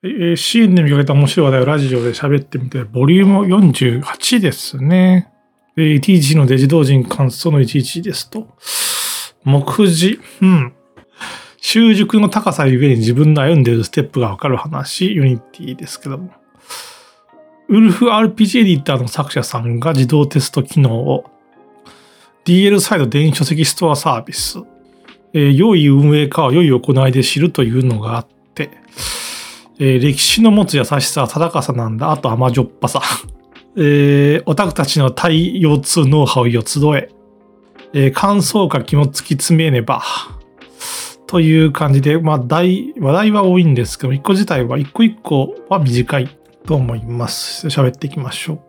シーンで見かけた面白い話題をラジオで喋ってみて、ボリューム48ですね。11のデジ同人感想の11ですと。目次。習熟の高さゆえに自分の歩んでいるステップがわかる話、ユニティですけども。ウルフ RPG エディターの作者さんが自動テスト機能を DL サイド電子書籍ストアサービス、良い運営かは良い行いで知るというのがあって、歴史の持つ優しさは定かさなんだ。あと甘じょっぱさ。オタクたちの対腰痛ノウハウを集え。感想書きも突き詰めねば。という感じで、話題は多いんですけど、一個一個は短いと思います。喋っていきましょ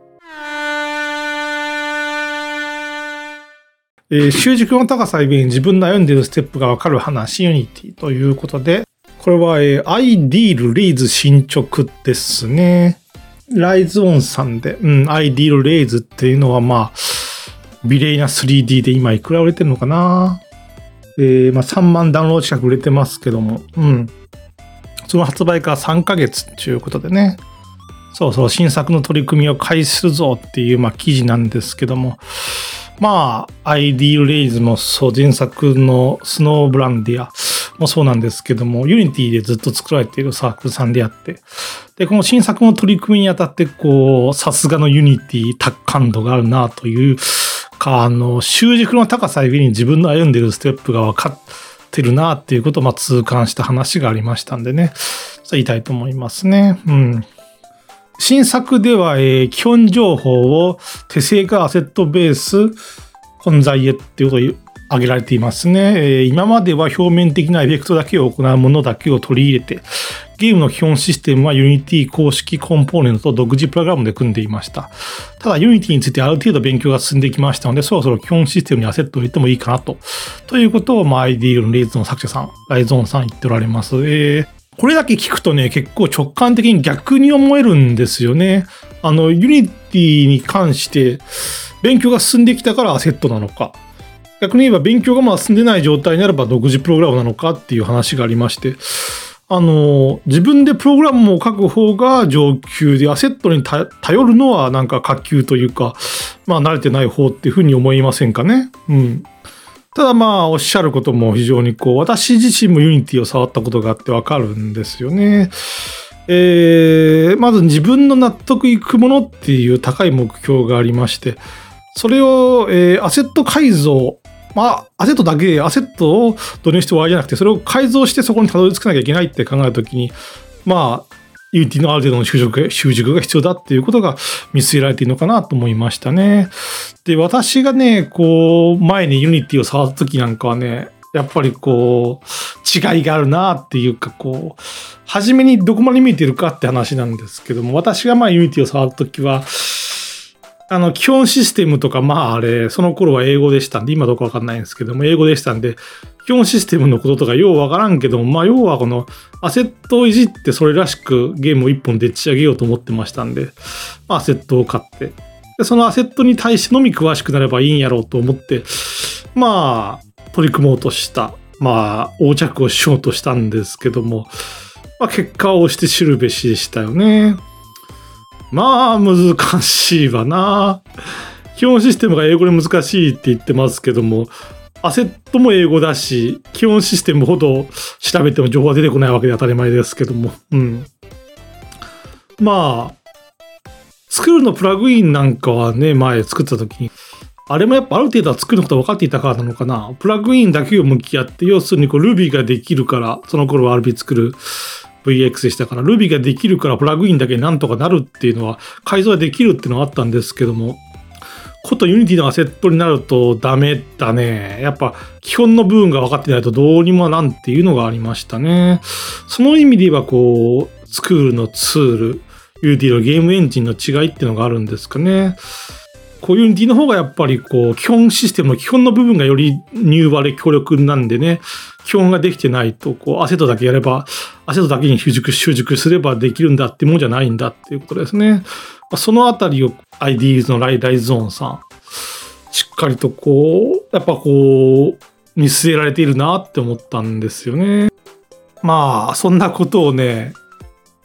う。習熟の高さゆえに自分の歩んでいるステップがわかる話、ユニティということで、これは、アイディールレイズ進捗ですね。ライズオンさんで、アイディールレイズっていうのは美麗な 3D で今いくら売れてるのかな。3万ダウンロード近く売れてますけども、その発売から3ヶ月ということでね、そう新作の取り組みを開始するぞっていう、記事なんですけども、アイディールレイズもそう前作のスノーブランディアもそうなんですけども、ユニティでずっと作られているサークルさんであって、で、この新作の取り組みにあたって、さすがのユニティ達観度があるなというか、習熟の高さゆえに自分の歩んでいるステップが分かってるなっていうことを痛感した話がありましたんでね、そう言いたいと思いますね。新作では、基本情報を手製かアセットベース混在へっていうことを挙げられていますね。今までは表面的なエフェクトだけを行うものだけを取り入れて、ゲームの基本システムは Unity 公式コンポーネントと独自プログラムで組んでいました。ただ Unity についてある程度勉強が進んできましたので、そろそろ基本システムにアセットを入れてもいいかなと。ということを、IDL のレイズの作者さん、ライゾーンさん言っておられます。これだけ聞くとね、結構直感的に逆に思えるんですよね。Unity に関して勉強が進んできたからアセットなのか。逆に言えば勉強が進んでない状態になれば独自プログラムなのかっていう話がありまして、自分でプログラムを書く方が上級でアセットに頼るのはなんか下級というか、慣れてない方っていうふうに思いませんかね。ただおっしゃることも非常に私自身もユニティを触ったことがあってわかるんですよね。まず自分の納得いくものっていう高い目標がありまして、それを、アセット改造、アセットだけ、アセットを導入して終わりじゃなくて、それを改造してそこにたどり着かなきゃいけないって考えたときに、ユニティのある程度の習熟が必要だっていうことが見据えられているのかなと思いましたね。で、私がね、前にユニティを触ったときなんかはね、やっぱり違いがあるなっていうか、初めにどこまで見えてるかって話なんですけども、私がユニティを触ったときは、基本システムとか、その頃は英語でしたんで、今どうかわかんないんですけども、英語でしたんで、基本システムのこととかようわからんけども、要はこのアセットをいじってそれらしくゲームを一本でっち上げようと思ってましたんで、アセットを買って、でそのアセットに対してのみ詳しくなればいいんやろうと思って、取り組もうとした、横着をしようとしたんですけども、結果を押して知るべしでしたよね。難しいわな。基本システムが英語で難しいって言ってますけども、アセットも英語だし、基本システムほど調べても情報が出てこないわけで当たり前ですけども。スクールのプラグインなんかはね、前作った時に、あれもやっぱある程度は作るのこと分かっていたからなのかな。プラグインだけを向き合って、要するにRuby ができるから、その頃は Ruby 作る。VX でしたから、Ruby ができるからプラグインだけなんとかなるっていうのは、改造ができるっていうのはあったんですけども、Unity のアセットになるとダメだね。やっぱ基本の部分が分かってないとどうにもなんていうのがありましたね。その意味で言えばスクールのツール、Unity のゲームエンジンの違いっていうのがあるんですかね。Unity の方がやっぱり基本システムの基本の部分がよりニューバレ強力なんでね、基本ができてないとアセットだけやれば、アセットだけに習熟すればできるんだってもんじゃないんだっていうことですね。そのあたりを IDs のライゾーンさん、しっかりとやっぱ見据えられているなって思ったんですよね。そんなことをね、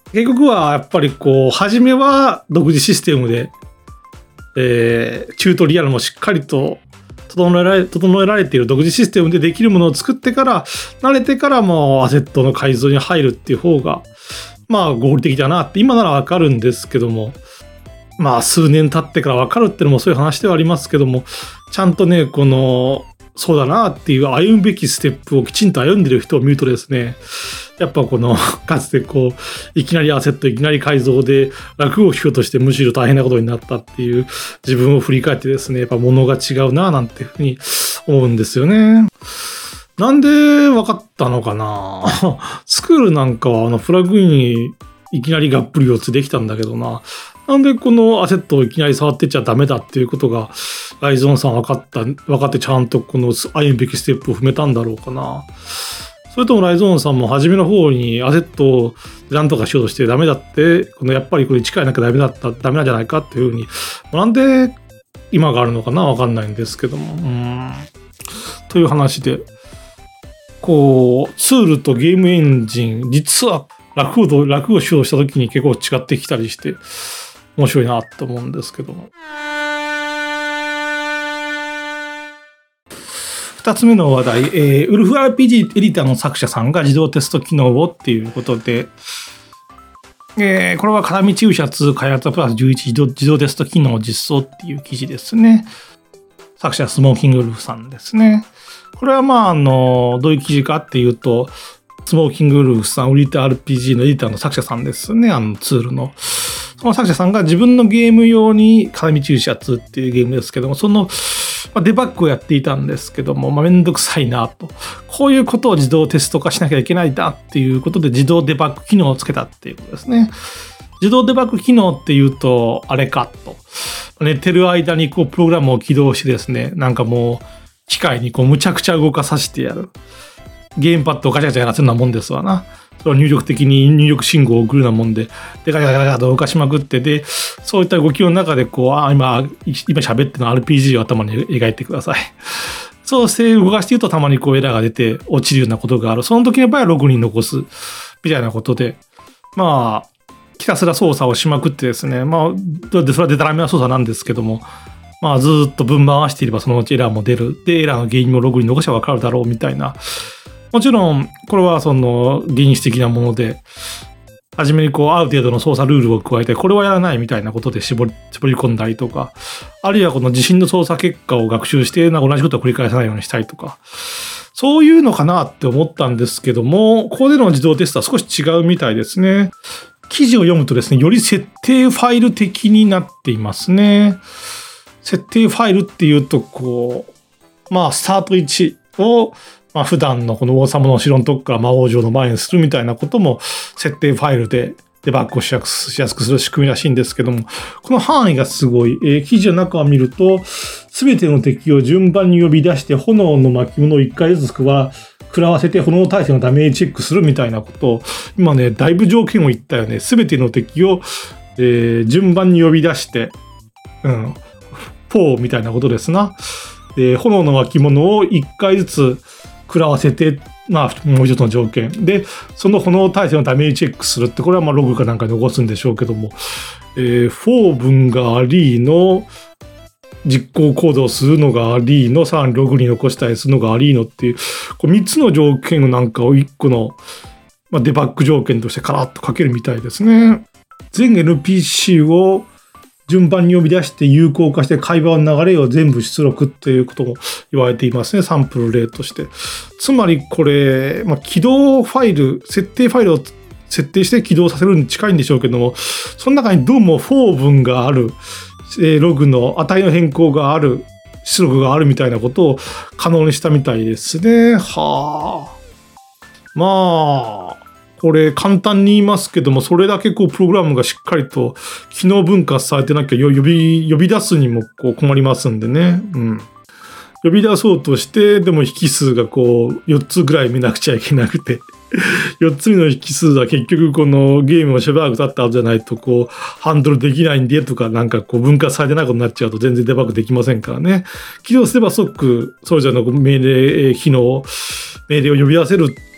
結局はやっぱりこう、初めは独自システムで、チュートリアルもしっかりと整えられている独自システムでできるものを作ってから、慣れてからもうアセットの改造に入るっていう方が、まあ合理的だなって今ならわかるんですけども、まあ数年経ってからわかるっていうのもそういう話ではありますけども、ちゃんとね、この、そうだなっていう歩むべきステップをきちんと歩んでる人を見るとですね、やっぱこの、かつてこう、いきなりアセット、いきなり改造で楽をしようとしてむしろ大変なことになったっていう自分を振り返ってですね、やっぱ物が違うななんていうふうに思うんですよね。なんで分かったのかなスクールなんかはプラグインにいきなりがっぷり4つできたんだけどな。なんでこのアセットをいきなり触ってっちゃダメだっていうことがライゾンさん分かってちゃんとこの歩むべきステップを踏めたんだろうかな。それともライゾーンさんも初めの方にアセットをなんとかしようとしてダメだって、このやっぱりこれ力なきゃダメなんじゃないかっていうふうに、なんで今があるのかなわかんないんですけども。という話で、こう、ツールとゲームエンジン、実は楽をしようとした時に結構違ってきたりして、面白いなと思うんですけども。2つ目の話題、ウルフ RPG エディターの作者さんが自動テスト機能をっていうことで、これは片道右者2開発プラス11自動テスト機能実装っていう記事ですね。作者はスモーキングウルフさんですね。これはまあどういう記事かっていうと、スモーキングウルフさん、ウリタ RPG のエディターの作者さんですね。ツールの。その作者さんが自分のゲーム用に片道右者2っていうゲームですけども、そのデバッグをやっていたんですけども、めんどくさいなと。こういうことを自動テスト化しなきゃいけないんだっていうことで自動デバッグ機能をつけたっていうことですね。自動デバッグ機能っていうと、あれかと。寝てる間にこうプログラムを起動してですね、なんかもう機械にこうむちゃくちゃ動かさせてやる。ゲームパッドをガチャガチャやらせるようなもんですわな。それを入力的に入力信号を送るようなもんで、で、ガチャガチャガチャと動かしまくって、で、そういった動きの中で、こう、今喋ってるの RPG を頭に描いてください。そうして動かしているとたまにこうエラーが出て落ちるようなことがある。その時の場合はログに残す。みたいなことで、まあ、ひたすら操作をしまくってですね、まあ、それはデタラメな操作なんですけども、まあ、ずっと分回していればそのうちエラーも出る。で、エラーの原因もログに残せばわかるだろうみたいな。もちろん、これはその原始的なもので、初めにこう、ある程度の操作ルールを加えて、これはやらないみたいなことで絞り込んだりとか、あるいはこの地震の操作結果を学習して、同じことを繰り返さないようにしたりとか、そういうのかなって思ったんですけども、ここでの自動テストは少し違うみたいですね。記事を読むとですね、より設定ファイル的になっていますね。設定ファイルっていうと、こう、まあ、スタート位置を、まあ、普段のこの王様の城のとこから魔王城の前にするみたいなことも設定ファイルでデバッグをしやすくする仕組みらしいんですけども、この範囲がすごい。記事の中を見ると、すべての敵を順番に呼び出して炎の巻物を1回ずつ食らわせて炎耐性のダメージチェックするみたいなことを、今ね、だいぶ条件を言ったよね。すべての敵を、順番に呼び出して、4みたいなことですな。炎の巻物を1回ずつ食らわせて、まあ、もう一つの条件。で、その炎耐性のダメージチェックするって、これはまあログかなんかに残すんでしょうけども、4分がありの、実行行動するのがありの、さらにログに残したりするのがありのっていう、こう3つの条件をなんかを1個の、まあ、デバッグ条件としてカラッとかけるみたいですね。全 NPC を順番に呼び出して有効化して会話の流れを全部出力っていうことも言われていますね。サンプル例として。つまりこれ、まあ、起動ファイル、設定ファイルを設定して起動させるに近いんでしょうけども、その中にどうも4文がある、ログの値の変更がある、出力があるみたいなことを可能にしたみたいですね。はあ。まあ、これ簡単に言いますけども、それだけこうプログラムがしっかりと機能分割されてなきゃ呼び出すにもこう困りますんでね。呼び出そうとして、でも引数がこう4つぐらい見なくちゃいけなくて、4つ目の引数は結局このゲームをしばらく経った後じゃないとこうハンドルできないんでとかなんかこう分割されてないことになっちゃうと全然デバッグできませんからね。起動すれば即それぞれの命令を呼び出せる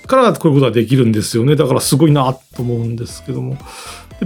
からこういうことができるんですよね。だからすごいなと思うんですけども。で、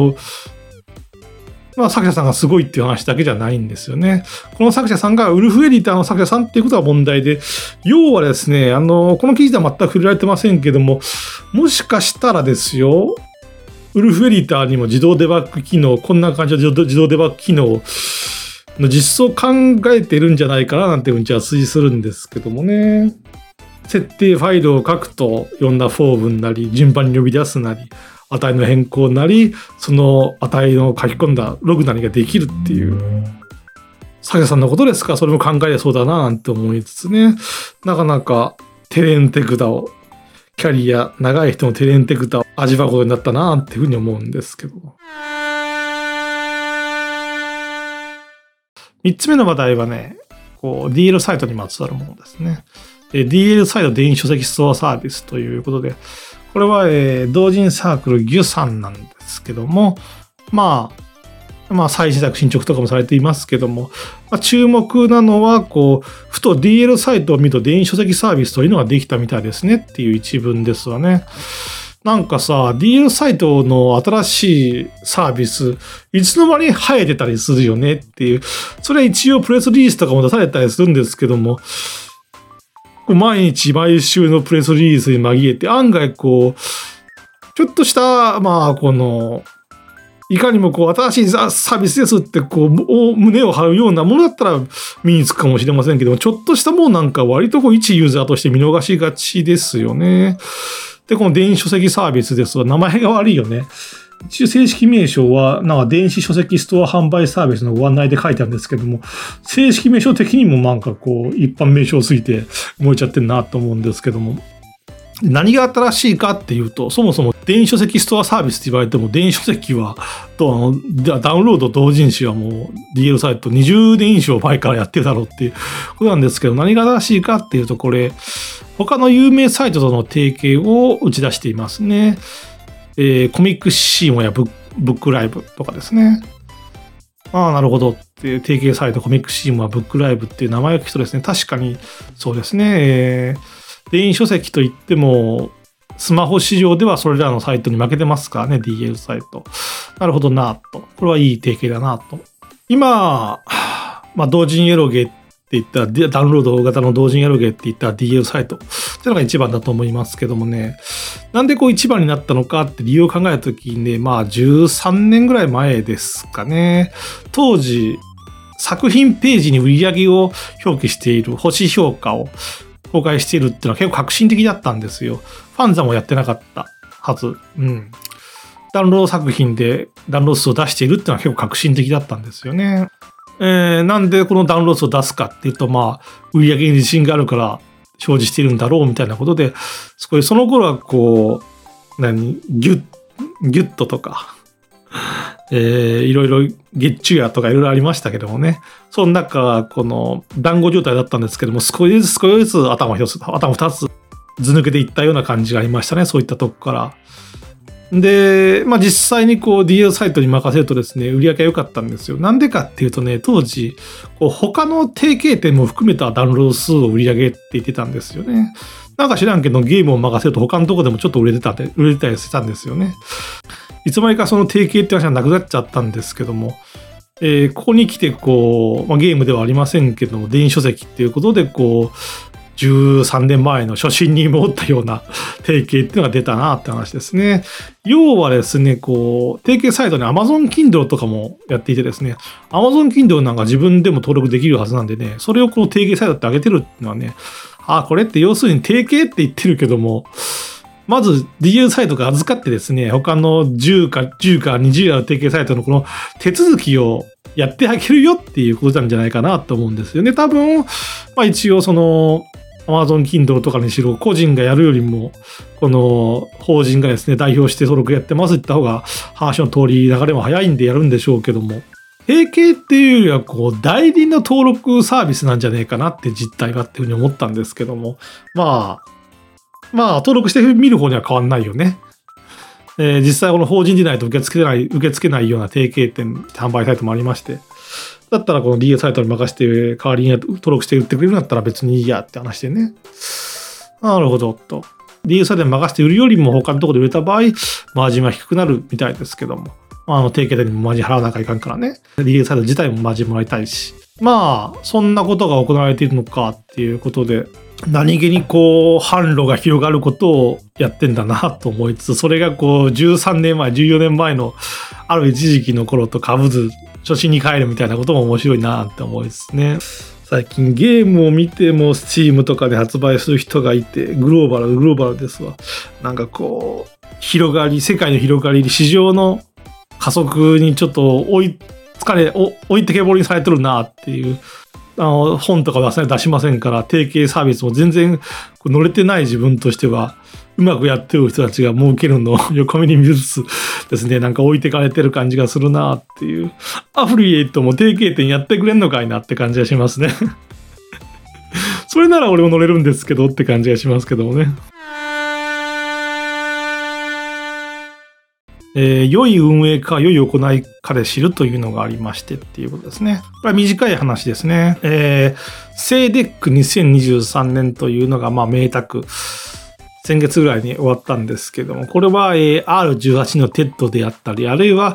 作者さんがすごいっていう話だけじゃないんですよね。この作者さんがウルフエディターの作者さんっていうことが問題で、要はですね、この記事では全く触れられてませんけども、もしかしたらですよ、ウルフエディターにも自動デバッグ機能、こんな感じの自動デバッグ機能の実装を考えているんじゃないかななんていうふうに推理するんですけどもね。設定ファイルを書くと、いろんなフォームなり、順番に呼び出すなり、値の変更なり、その値の書き込んだログなりができるっていう。作者さんのことですか、それも考えれそうだななんて思いつつね。なかなかテレンテクダを、キャリア長い人のテレンテクダを味わうことになったなっていうふうに思うんですけど。3つ目の話題はね、DL サイトにまつわるものですね。DL サイト電子書籍ストアサービスということで、これは、同人サークルギュさんなんですけども、再試作進捗とかもされていますけども、注目なのは、ふと DL サイトを見ると電子書籍サービスというのができたみたいですねっていう一文ですわね。なんかさ、DL サイトの新しいサービス、いつの間に生えてたりするよねっていう、それは一応プレスリリースとかも出されたりするんですけども、毎日毎週のプレスリリースに紛れて案外ちょっとしたいかにも新しいサービスですって胸を張るようなものだったら身につくかもしれませんけども、ちょっとしたもうなんか割と一ユーザーとして見逃しがちですよね。で、この電子書籍サービスですが名前が悪いよね。一応正式名称はなんか電子書籍ストア販売サービスのご案内で書いてあるんですけども、正式名称的にもなんか一般名称ついて燃えちゃってるなと思うんですけども、何が新しいかっていうと、そもそも電子書籍ストアサービスって言われても、電子書籍はダウンロード同人誌はもう DL サイト20年以上前からやってるだろうっていうことなんですけど、何が新しいかっていうと、これ他の有名サイトとの提携を打ち出していますね。コミックシーモやブックライブとかですね。なるほどって提携サイトコミックシーモやブックライブっていう名前を聞くとですね、確かにそうですね。電子書籍といってもスマホ市場ではそれらのサイトに負けてますからね、DL サイト。なるほどなと。これはいい提携だなと。今、同人エロゲって言ったら、ダウンロード型の同人エロゲって言ったら DL サイトっていうのが一番だと思いますけどもね。なんで一番になったのかって理由を考えたときにね、13年ぐらい前ですかね。当時、作品ページに売り上げを表記している星評価を公開しているっていうのは結構革新的だったんですよ。ファンザもやってなかったはず。ダウンロード作品でダウンロード数を出しているっていうのは結構革新的だったんですよね。なんでこのダウンロード数を出すかっていうと、売り上げに自信があるから表示しているんだろうみたいなことで、その頃はギュッととか、いろいろ月中やとかいろいろありましたけどもね。その中、団子状態だったんですけども、少しずつ頭2つず抜けていったような感じがありましたね。そういったとこから。で、実際にDL サイトに任せるとですね、売り上げが良かったんですよ。なんでかっていうとね、当時、他の提携店も含めたダウンロード数を売り上げって言ってたんですよね。なんか知らんけどゲームを任せると他のとこでもちょっと売れてたりしてたんですよね。いつまにかその提携って話はなくなっちゃったんですけども、ここに来てゲームではありませんけども、電子書籍っていうことで13年前の初心に戻ったような提携っていうのが出たなって話ですね。要はですね、提携サイトに Amazon Kindle とかもやっていてですね、Amazon Kindle なんか自分でも登録できるはずなんでね、それを提携サイトって上げてるっていうのはね、これって要するに提携って言ってるけども、まず DL サイトが預かってですね、他の10か20やの提携サイトのこの手続きをやってあげるよっていうことなんじゃないかなと思うんですよね。多分、一応Amazon Kindle とかにしろ、個人がやるよりも、この法人がですね、代表して登録やってますって言った方が、話の通り流れも早いんでやるんでしょうけども、提携っていうよりは、代理の登録サービスなんじゃねえかなって実態はっていうふうに思ったんですけども、登録してみる方には変わんないよね。実際この法人でないと受け付けないような提携店、販売サイトもありまして、だったらこの DL サイトに任せて代わりに登録して売ってくれるんだったら別にいいやって話でね。なるほどと。 リユースで任せて売るよりも他のところで売れた場合、マージンは低くなるみたいですけども。定型店にもマージン払わなきゃいかんからね。リユース自体もマージンもらいたいし。そんなことが行われているのかっていうことで、何気に販路が広がることをやってんだなと思いつつ、それが13年前、14年前のある一時期の頃と被ず、初心に帰るみたいなことも面白いなって思いですね。最近ゲームを見ても Steam とかで発売する人がいて、グローバルですわ。なんか広がり、世界の広がり、市場の加速にちょっと置いてけぼりにされてるなっていう。本とか出しませんから、提携サービスも全然乗れてない自分としては、うまくやってる人たちが儲けるのを横目に見つつですね、なんか置いてかれてる感じがするなっていう。アフリエイトも提携店やってくれんのかいなって感じがしますね。それなら俺も乗れるんですけどって感じがしますけどもね。良い運営か良い行いかで知るというのがありましてっていうことですね。これは短い話ですね。セイデック2023年というのが明託。先月ぐらいに終わったんですけども、これは R18 の TED であったり、あるいは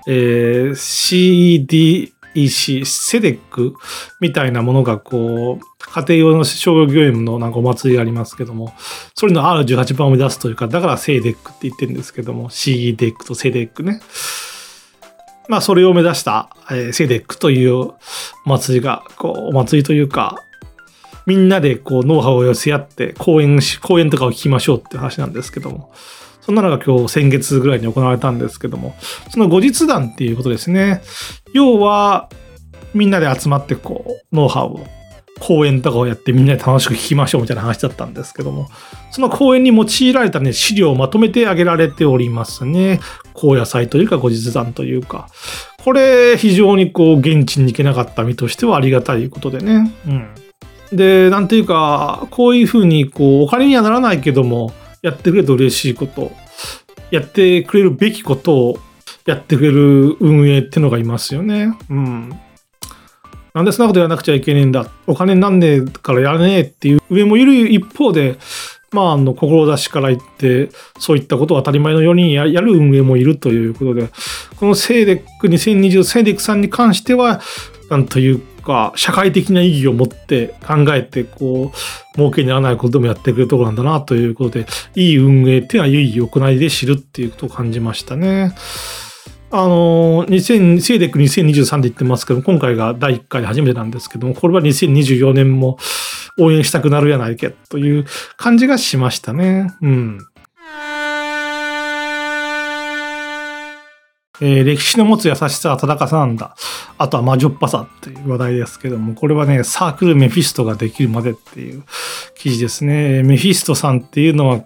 CDEC、セデックみたいなものが家庭用の商業ゲームのなんかお祭りがありますけども、それの R18 版を目指すというか、だからセイデックって言ってるんですけども、CE デックとセデックね。それを目指したセイデックというお祭りが、お祭りというか、みんなでノウハウを寄せ合って講演とかを聞きましょうっていう話なんですけども、そんなのが先月ぐらいに行われたんですけども、その後日談っていうことですね。要は、みんなで集まってノウハウを、講演とかをやってみんなで楽しく聞きましょうみたいな話だったんですけども、その講演に用いられたね、資料をまとめてあげられておりますね。高野菜というか後日談というか。これ、非常に現地に行けなかった身としてはありがたいことでね。で、なんていうか、こういうふうにお金にはならないけども、やってくれると嬉しいこと、やってくれるべきことをやってくれる運営ってのがいますよね。なんでそんなことやらなくちゃいけねえんだ。お金になんねえからやらねえっていう上もいる一方で、志から言って、そういったことを当たり前のようにやる運営もいるということで、このセイデック2020、セイデックさんに関しては、なんというか、社会的な意義を持って考えて、儲けにならないこともやってくれるところなんだなということで、いい運営っていうのは良い行いで知るっていうことを感じましたね。セイデック2023で言ってますけど、今回が第1回で初めてなんですけども、これは2024年も応援したくなるやないけという感じがしましたね。歴史の持つ優しさは忠かさなんだ。あとは魔女っぱさっていう話題ですけども、これはね、サークルメフィストができるまでっていう記事ですね。メフィストさんっていうのは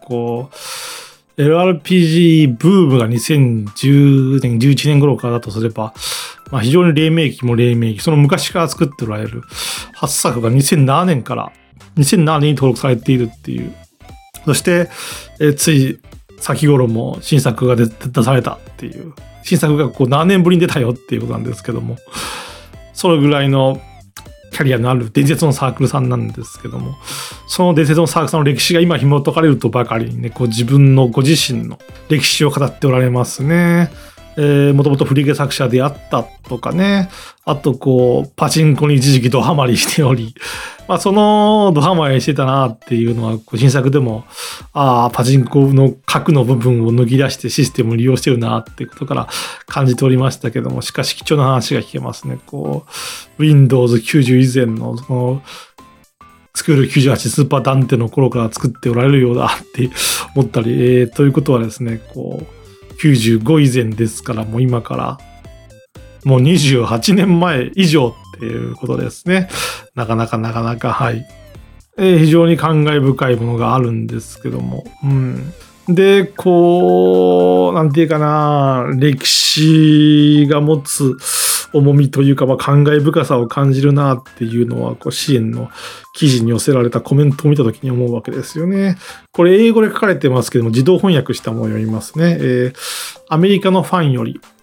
LRPG ブームが2010年、11年頃からだとすれば、非常に黎明期も黎明期、その昔から作っておられる初作が2007年に登録されているっていう。そして、つい先頃も新作が出されたっていう。新作が7年ぶりに出たよっていうことなんですけども、それぐらいのキャリアのある伝説のサークルさんなんですけども、その伝説のサークルさんの歴史が今紐解かれるとばかりにね、ご自身の歴史を語っておられますね。もともと振り付け作者であったとかね、あとパチンコに一時期ドハマりしており、そのドハマりしてたなっていうのは新作でも、パチンコの核の部分を抜き出してシステムを利用してるなっていうことから感じておりましたけども、しかし貴重な話が聞けますね。Windows 90以前のスクール98スーパーダンテの頃から作っておられるようだって思ったり、ということはですね、95以前ですから、もう今からもう28年前以上っていうことですね。なかなか、はい。非常に感慨深いものがあるんですけども。で、なんていうかな、歴史が持つ重みというか、感慨深さを感じるなっていうのは、支援の記事に寄せられたコメントを見たときに思うわけですよね。これ英語で書かれてますけども、自動翻訳したものを読みますね。アメリカのファンより、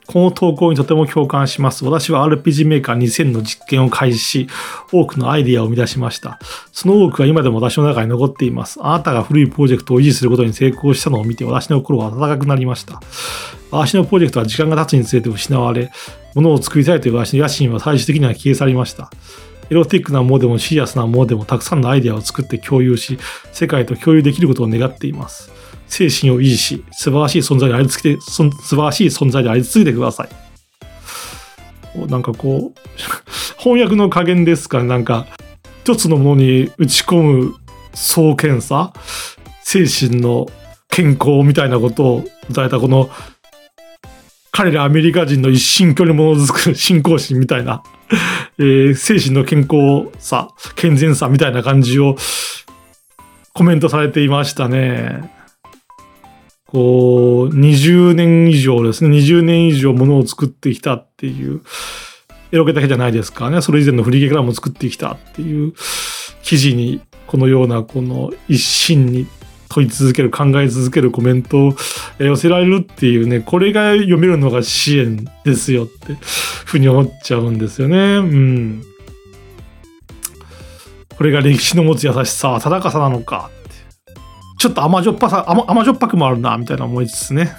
この投稿にとても共感します。私は RPG メーカー2000の実験を開始し、多くのアイディアを生み出しました。その多くは今でも私の中に残っています。あなたが古いプロジェクトを維持することに成功したのを見て、私の心は温かくなりました。私のプロジェクトは時間が経つにつれて失われ、物を作りたいという私の野心は最終的には消え去りました。エロティックなものでもシリアスなものでもたくさんのアイデアを作って共有し、世界と共有できることを願っています。精神を維持し、素晴らしい存在であり続けてください。なんかこう、翻訳の加減ですかね。なんか、一つのものに打ち込む総検査、精神の健康みたいなことを歌えたこの、彼らアメリカ人の一心教にものづく信仰心みたいな、精神の健康さ、健全さみたいな感じをコメントされていましたね。こう、20年以上ですね。20年以上ものを作ってきたっていう、エロゲだけじゃないですかね。それ以前のフリゲからも作ってきたっていう記事に、このようなこの一心に問い続ける、考え続けるコメントを寄せられるっていうね、これが読めるのが支援ですよってふうに思っちゃうんですよね。うん。これが歴史の持つ優しさ、温かさなのか。ちょっと甘じょっぱくもあるな、みたいな思いつつね。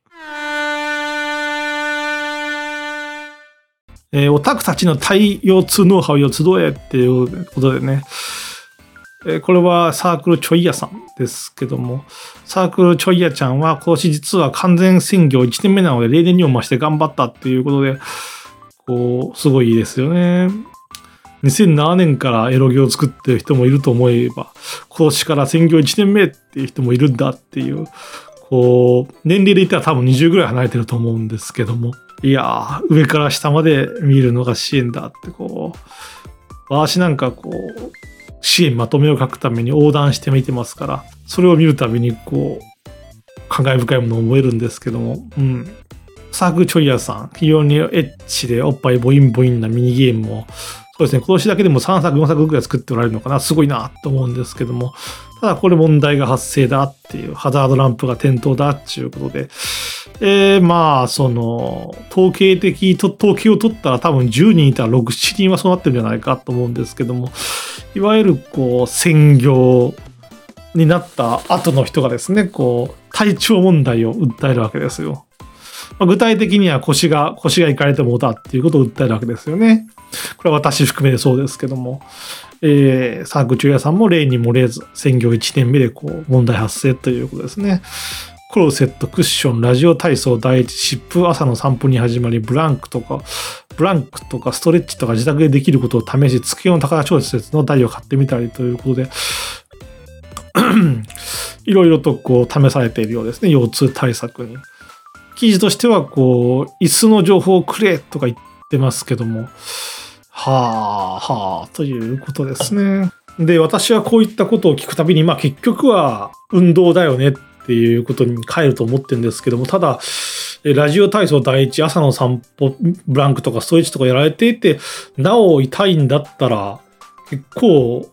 オタクたちの対腰痛ノウハウを集えっていうことでね。これはサークルちょいやさんですけども、サークルちょいやちゃんは今年実は完全専業1年目なので例年にも増して頑張ったっていうことで、こう、すごいいいですよね。2007年からエロゲを作ってる人もいると思えば、今年から専業1年目っていう人もいるんだっていう、こう、年齢で言ったら多分20ぐらい離れてると思うんですけども、いやー、上から下まで見るのが支援だってこう、私なんかこう、支援まとめを書くために横断して見てますから、それを見るたびにこう、感慨深いものを覚えるんですけども、うん。サークルちょいやさん、非常にエッチでおっぱいボインボインなミニゲームも、そうですね、今年だけでも3作、4作ぐらい作っておられるのかな、すごいなと思うんですけども、ただこれ問題が発生だっていう、ハザードランプが点灯だっていうことで、まあ、その、統計を取ったら多分10人いたら6、7人はそうなってるんじゃないかと思うんですけども、いわゆるこう、専業になった後の人がですね、こう、体調問題を訴えるわけですよ。まあ、具体的には腰がいかれてもだっていうことを訴えるわけですよね。これは私含めてそうですけども、サークル中屋さんも例に漏れず、専業1年目でこう問題発生ということですね。コルセット、クッション、ラジオ体操、第一、湿布、朝の散歩に始まり、ブランクとかストレッチとか自宅でできることを試し、机の高調節の台を買ってみたりということで、いろいろとこう試されているようですね、腰痛対策に。記事としては、こう、椅子の情報をくれとか言ってますけども、ということですね。で、私はこういったことを聞くたびに、まあ結局は運動だよねっていうことに変えると思ってるんですけども、ただ、ラジオ体操第一、朝の散歩、ブランクとかストレッチとかやられていて、なお痛いんだったら、結構、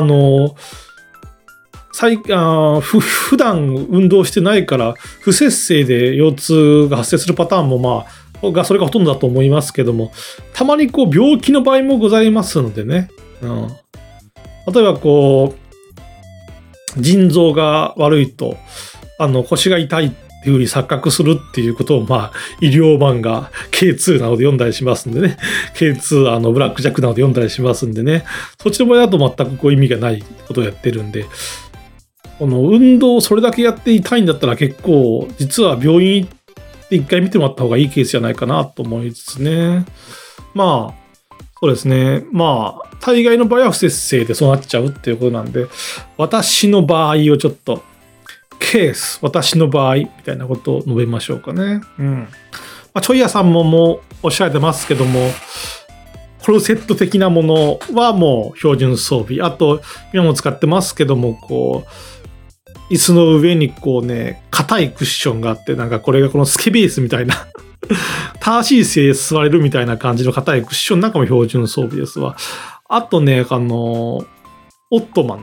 普段運動してないから不摂生で腰痛が発生するパターンもそれがほとんどだと思いますけども、たまにこう病気の場合もございますのでね、例えばこう腎臓が悪いと腰が痛いっていうふうに錯覚するっていうことを医療版が K2 などで読んだりしますんでね、K2 ブラックジャックなどで読んだりしますんでね、そっちの場合だと全くこう意味がないことをやってるんで、この運動をそれだけやって痛いんだったら結構実は病院行って一回見てもらった方がいいケースじゃないかなと思いつつね。そうですね。大概の場合は不摂生でそうなっちゃうっていうことなんで、私の場合をちょっと私の場合みたいなことを述べましょうかね。ちょいやさんもおっしゃられてますけども、コルセット的なものはもう標準装備。あと、今も使ってますけども、こう、椅子の上にこうね、硬いクッションがあって、なんかこれがこのスケベースみたいな、正しい姿勢座れるみたいな感じの硬いクッションなんかも標準装備ですわ。あとね、オットマ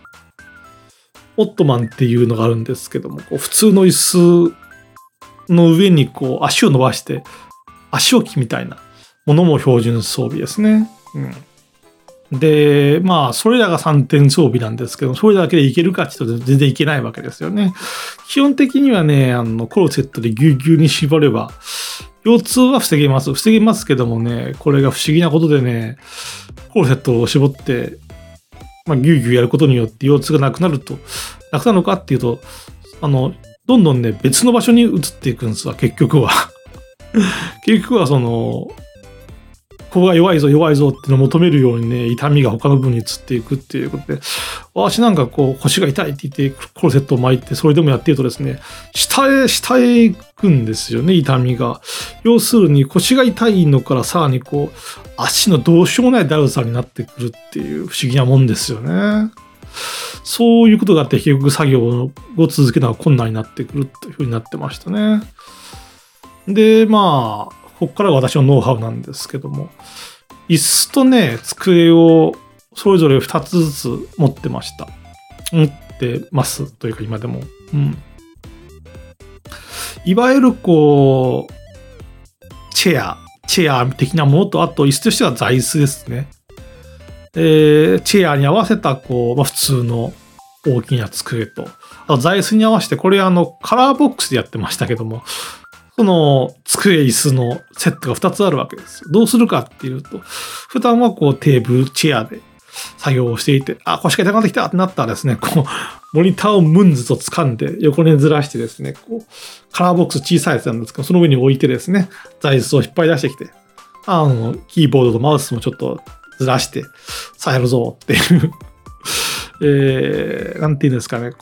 ンっていうのがあるんですけども、こう普通の椅子の上にこう足を伸ばして足置きみたいなものも標準装備ですね。で、まあ、それらが3点装備なんですけど、それだけでいけるかって言うと全然いけないわけですよね。基本的にはね、コルセットでぎゅうぎゅうに縛れば、腰痛は防げます。防げますけどもね、これが不思議なことでね、コルセットを絞って、まあ、ぎゅうぎゅうやることによって腰痛がなくなるのかっていうと、どんどんね、別の場所に移っていくんですわ、結局は。結局はここが弱いぞ弱いぞってのを求めるようにね、痛みが他の部分に移っていくっていうことで、私なんか腰が痛いって言ってコルセットを巻いてそれでもやってるとですね、下へ行くんですよね、痛みが。要するに腰が痛いのからさらに足のどうしようもないだるさになってくるっていう不思議なもんですよね。そういうことがあって結局作業を続けるのが困難になってくるというふうになってましたね。で、まあ、ここからが私のノウハウなんですけども、椅子とね、机をそれぞれ2つずつ持ってました。持ってますというか今でも。いわゆるチェア的なものと、あと椅子としては座椅子ですね。チェアに合わせた普通の大きな机と、あと座椅子に合わせて、これカラーボックスでやってましたけども、その机椅子のセットが2つあるわけです。どうするかっていうと、普段はテーブル、チェアで作業をしていて、腰が痛くなってきたってなったらですね、モニターをムンズと掴んで横にずらしてですね、カラーボックス小さいやつなんですけど、その上に置いてですね、座椅子を引っ張り出してきて、キーボードとマウスもちょっとずらして、さあやるぞっていう、なんていうんですかね、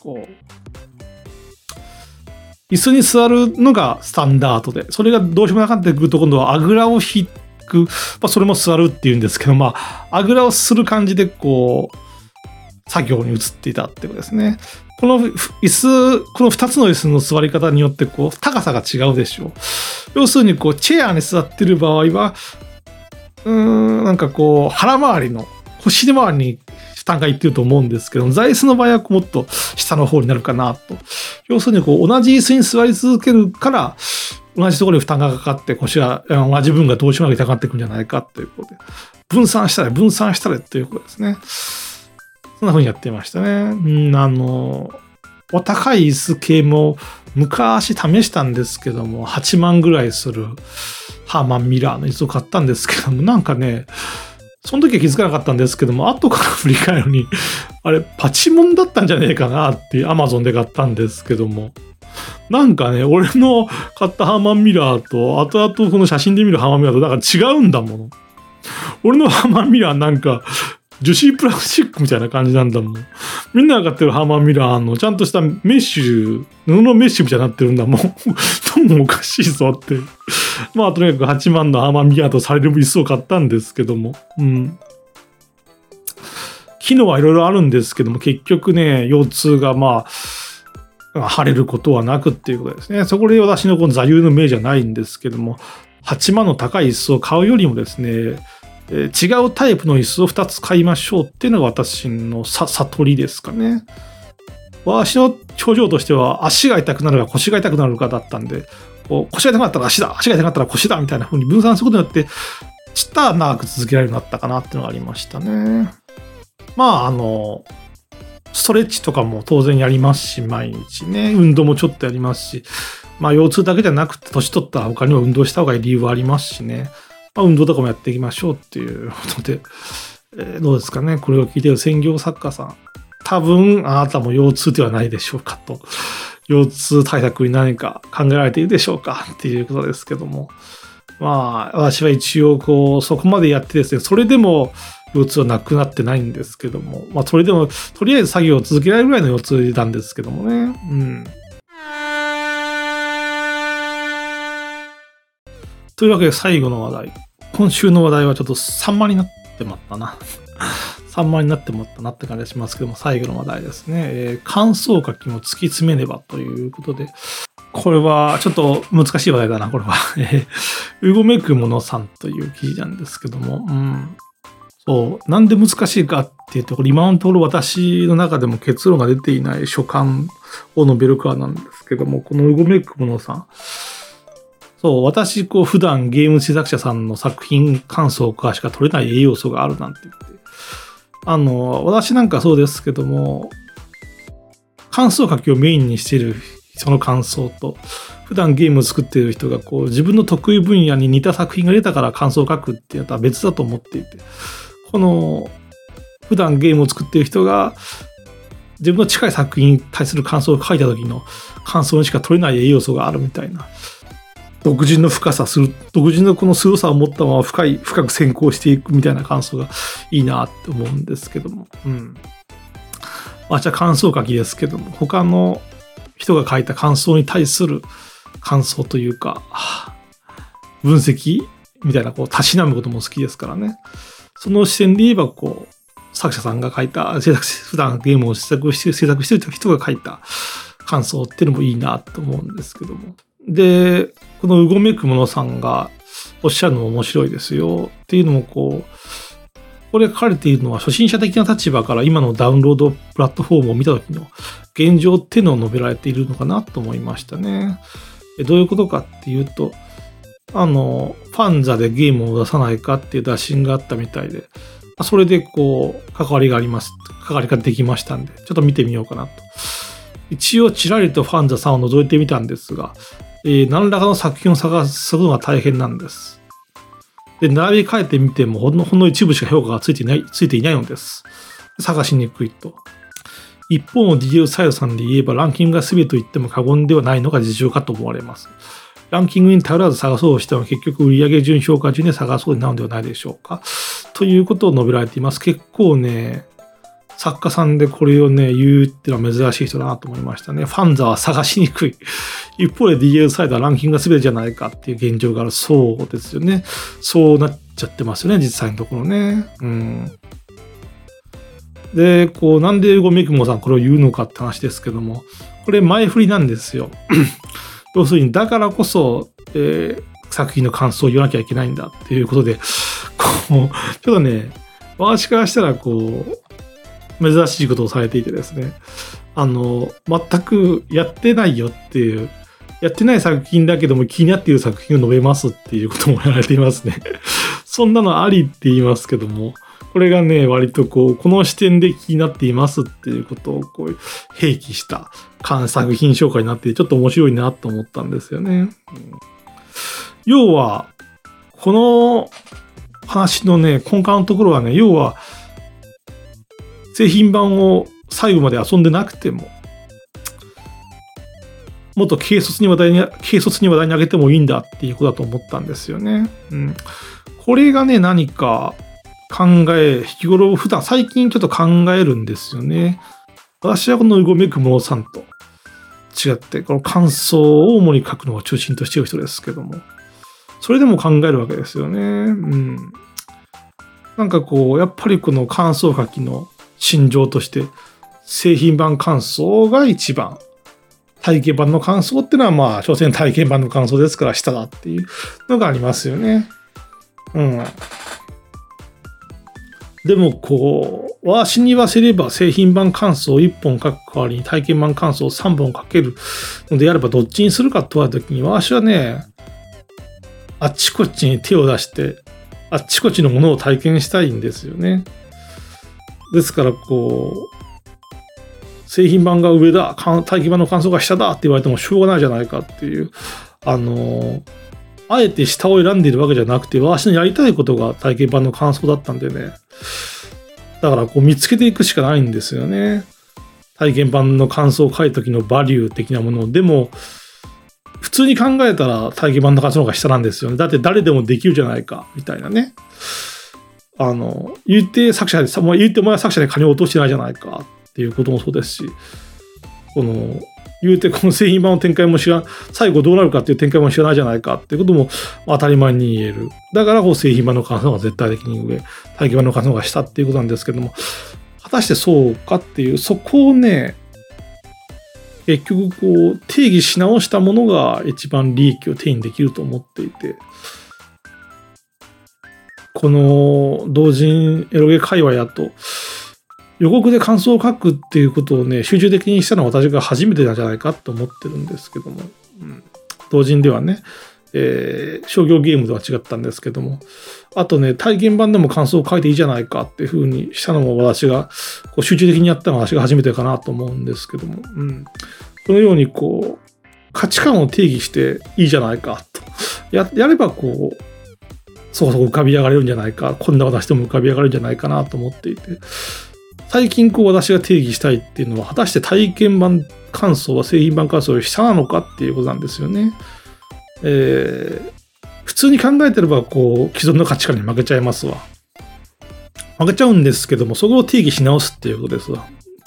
椅子に座るのがスタンダードで、それがどうしようもなくなってくると、今度はあぐらを引く、それも座るっていうんですけど、あぐらをする感じで、作業に移っていたってことですね。この2つの椅子の座り方によって、高さが違うでしょう。要するに、チェアに座っている場合は、なんか腹回りの、腰回りに負担がいってると思うんですけど、座椅子の場合はもっと下の方になるかなと。要するに同じ椅子に座り続けるから、同じところに負担がかかって腰が、同じ分がどうしようもなく痛くなっていくんじゃないかということで、分散したれということですね。そんな風にやってましたね。お高い椅子系も昔試したんですけども、8万ぐらいするハーマンミラーの椅子を買ったんですけども、なんかね、その時は気づかなかったんですけども、後から振り返るに、あれ、パチモンだったんじゃねえかなっていう Amazon で買ったんですけども、なんかね、俺の買ったハーマンミラーと、後々この写真で見るハーマンミラーとなんか違うんだもの。俺のハーマンミラーなんか、樹脂プラスチックみたいな感じなんだもん。みんなが買ってるハーマンミラーちゃんとしたメッシュ、布のメッシュみたいになってるんだもん。どうもおかしいぞって。とにかく8万のハーマンミラーとされる椅子を買ったんですけども。機能はいろいろあるんですけども、結局ね、腰痛が腫れることはなくっていうことですね。そこで私のこの座右の銘じゃないんですけども、8万の高い椅子を買うよりもですね、違うタイプの椅子を2つ買いましょうっていうのが私の悟りですかね。私の症状としては足が痛くなるか腰が痛くなるかだったんで、腰が痛くなったら足が痛くなったら腰だみたいな風に分散することによって、ちった長く続けられるようになったかなっていうのがありましたね。ストレッチとかも当然やりますし、毎日ね、運動もちょっとやりますし、腰痛だけじゃなくて、年取ったら他にも運動した方がいい理由はありますしね。運動とかもやっていきましょうっていうことで、どうですかね、これを聞いている専業作家さん、多分あなたも腰痛ではないでしょうかと、腰痛対策に何か考えられているでしょうかっていうことですけども、私は一応そこまでやってですね、それでも腰痛はなくなってないんですけども、それでもとりあえず作業を続けられるぐらいの腰痛なんですけどもね。というわけで最後の話題。今週の話題はちょっと散漫になってまったな。散漫になってまったなって感じがしますけども、最後の話題ですね。乾燥書きも突き詰めねばということで、これはちょっと難しい話題だな、これは。うごめくものさんという記事なんですけども、そう、なんで難しいかっていうと、これ今のところ私の中でも結論が出ていない書簡を述べるからなんですけども、このうごめくものさん、 そう、私、普段ゲーム制作者さんの作品感想からしか取れない栄養素があるなんて言って。私なんかそうですけども、感想書きをメインにしている人の感想と、普段ゲームを作っている人が自分の得意分野に似た作品が出たから感想を書くっていうのは別だと思っていて、普段ゲームを作っている人が自分の近い作品に対する感想を書いた時の感想にしか取れない栄養素があるみたいな、独自のこの強さを持ったまま深く先行していくみたいな感想がいいなって思うんですけども。じゃあ感想書きですけども、他の人が書いた感想に対する感想というか、分析みたいな、たしなむことも好きですからね。その視点で言えば、作者さんが書いた、普段ゲームを制作している人が書いた感想っていうのもいいなと思うんですけども。で、このうごめくものさんがおっしゃるのも面白いですよっていうのもこれ書かれているのは初心者的な立場から今のダウンロードプラットフォームを見た時の現状っていうのを述べられているのかなと思いましたね。どういうことかっていうと、ファンザでゲームを出さないかっていう打診があったみたいで、それで関わりができましたんで、ちょっと見てみようかなと。一応ちらりとファンザさんを覗いてみたんですが、何らかの作品を探すのが大変なんです。で、並び替えてみてもほんの一部しか評価がついていないのです。探しにくいと。一方の DL サイドさんで言えばランキングが全てと言っても過言ではないのが事情かと思われます。ランキングに頼らず探そうとしても結局売上順評価順で探そうになるのではないでしょうか。ということを述べられています。結構ね、作家さんでこれをね、言うっていうのは珍しい人だなと思いましたね。ファンザは探しにくい。一方で DL サイドはランキングが全てじゃないかっていう現状があるそうですよね。そうなっちゃってますよね、実際のところね。で、なんでゴメクモさんこれを言うのかって話ですけども、これ前振りなんですよ。要するに、だからこそ、作品の感想を言わなきゃいけないんだっていうことで、ちょっとね、私からしたら珍しいことをされていてですね、全くやってないよっていう、やってない作品だけども気になっている作品を述べますっていうこともやられていますね。そんなのありって言いますけども、これがね、割とこの視点で気になっていますっていうことを併記した作品紹介になってちょっと面白いなと思ったんですよね。要は、この話のね、根幹のところはね、要は、製品版を最後まで遊んでなくても、もっと軽率に話題に上げてもいいんだっていうことだと思ったんですよね。これがね、何か日頃最近ちょっと考えるんですよね。私はこのうごめくものさんと違って、この感想を主に書くのが中心としている人ですけども、それでも考えるわけですよね。なんかやっぱりこの感想書きの心情として、製品版感想が一番、体験版の感想っていうのは所詮体験版の感想ですから下だっていうのがありますよね。でも私に言わせれば製品版感想を1本書く代わりに体験版感想を3本書けるのであればどっちにするかと言われたときに、私はね、あっちこっちに手を出してあっちこっちのものを体験したいんですよね。ですから製品版が上だ、体験版の感想が下だって言われてもしょうがないじゃないかっていう、あえて下を選んでいるわけじゃなくて、私のやりたいことが体験版の感想だったんでね。だから見つけていくしかないんですよね。体験版の感想を書いた時のバリュー的なものでも、普通に考えたら体験版の感想の方が下なんですよね。だって誰でもできるじゃないか、みたいなね。言ってお前は作者に金を落としてないじゃないかっていうこともそうですし、言うてこの製品版の展開も最後どうなるかっていう展開も知らないじゃないかっていうことも当たり前に言える。だから製品版の感想が絶対的に上、体験版の感想が下っていうことなんですけども、果たしてそうかっていう、そこをね、結局定義し直したものが一番利益を手にできると思っていて、この同人エロゲ界隈だと予告で感想を書くっていうことをね、集中的にしたのは私が初めてなんじゃないかと思ってるんですけども、同人ではね、 商業ゲームとは違ったんですけども、あとね、体験版でも感想を書いていいじゃないかっていう風にしたのも私が、こう集中的にやったのは私が初めてかなと思うんですけども、そのようにこう、価値観を定義していいじゃないかと。やればこう、そこそこ浮かび上がれるんじゃないか、こんな私でも浮かび上がるんじゃないかなと思っていて、最近こう私が定義したいっていうのは、果たして体験版感想は製品版感想より下なのかっていうことなんですよね。普通に考えてればこう既存の価値観に負けちゃいますわ。負けちゃうんですけども、そこを定義し直すっていうことですわ。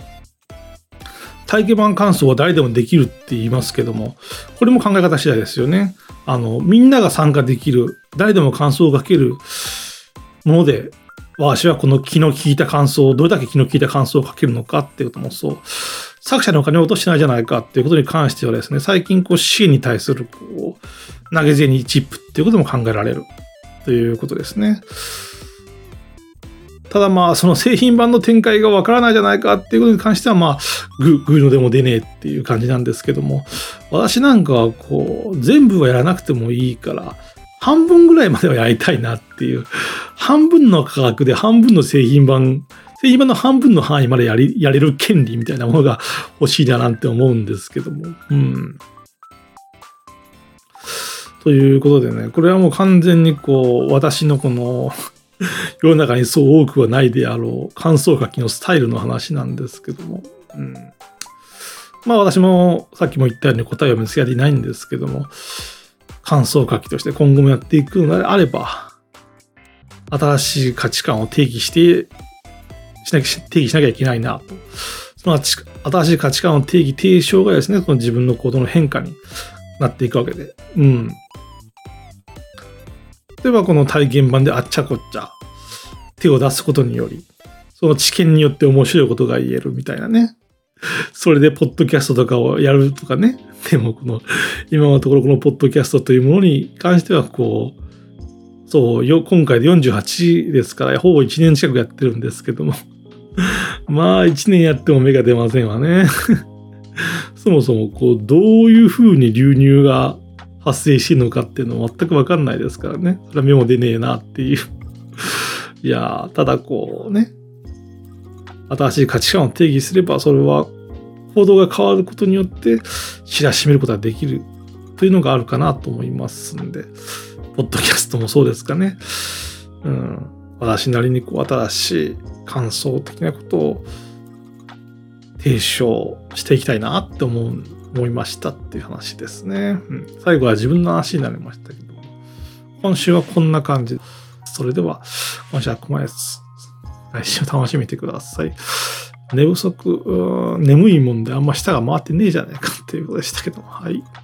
体験版感想は誰でもできるって言いますけども、これも考え方次第ですよね。みんなが参加できる、誰でも感想を書けるもので、私はこの気の利いた感想を、どれだけ気の利いた感想を書けるのかっていうこともそう、作者のお金を落としてないじゃないかっていうことに関してはですね、最近こう支援に対するこう投げ銭チップっていうことも考えられるということですね。ただまあその製品版の展開がわからないじゃないかっていうことに関してはまあグーのでも出ねえっていう感じなんですけども、私なんかはこう全部はやらなくてもいいから半分ぐらいまではやりたいなっていう、半分の価格で半分の製品版の半分の範囲までやれる権利みたいなものが欲しいななんて思うんですけども。ということでね、これはもう完全にこう、私のこの世の中にそう多くはないであろう感想書きのスタイルの話なんですけども。まあ私もさっきも言ったように答えを見つけられていないんですけども、感想書きとして今後もやっていくのであれば、新しい価値観を定義しなきゃいけないなと。その新しい価値観を提唱がですね、その自分の行動の変化になっていくわけで。例えばこの体験版であっちゃこっちゃ手を出すことにより、その知見によって面白いことが言えるみたいなね。それでポッドキャストとかをやるとかね。でも今のところこのポッドキャストというものに関してはこう、今回で48ですから、ほぼ1年近くやってるんですけども。まあ1年やっても芽が出ませんわね。そもそもこうどういうふうに流入が発生してるのかっていうのは全く分かんないですからね。それは芽も出ねえなっていう。いやただこうね、新しい価値観を定義すれば、それは行動が変わることによって知らしめることができるというのがあるかなと思いますんで、ポッドキャストもそうですかね。私なりにこう新しい感想的なことを提唱していきたいなって思いましたっていう話ですね。最後は自分の話になりましたけど、今週はこんな感じ。それでは今週はここまでです。来週楽しみにしてください。寝不足、眠いもんであんま舌が回ってねえじゃないかっていうことでしたけども、はい。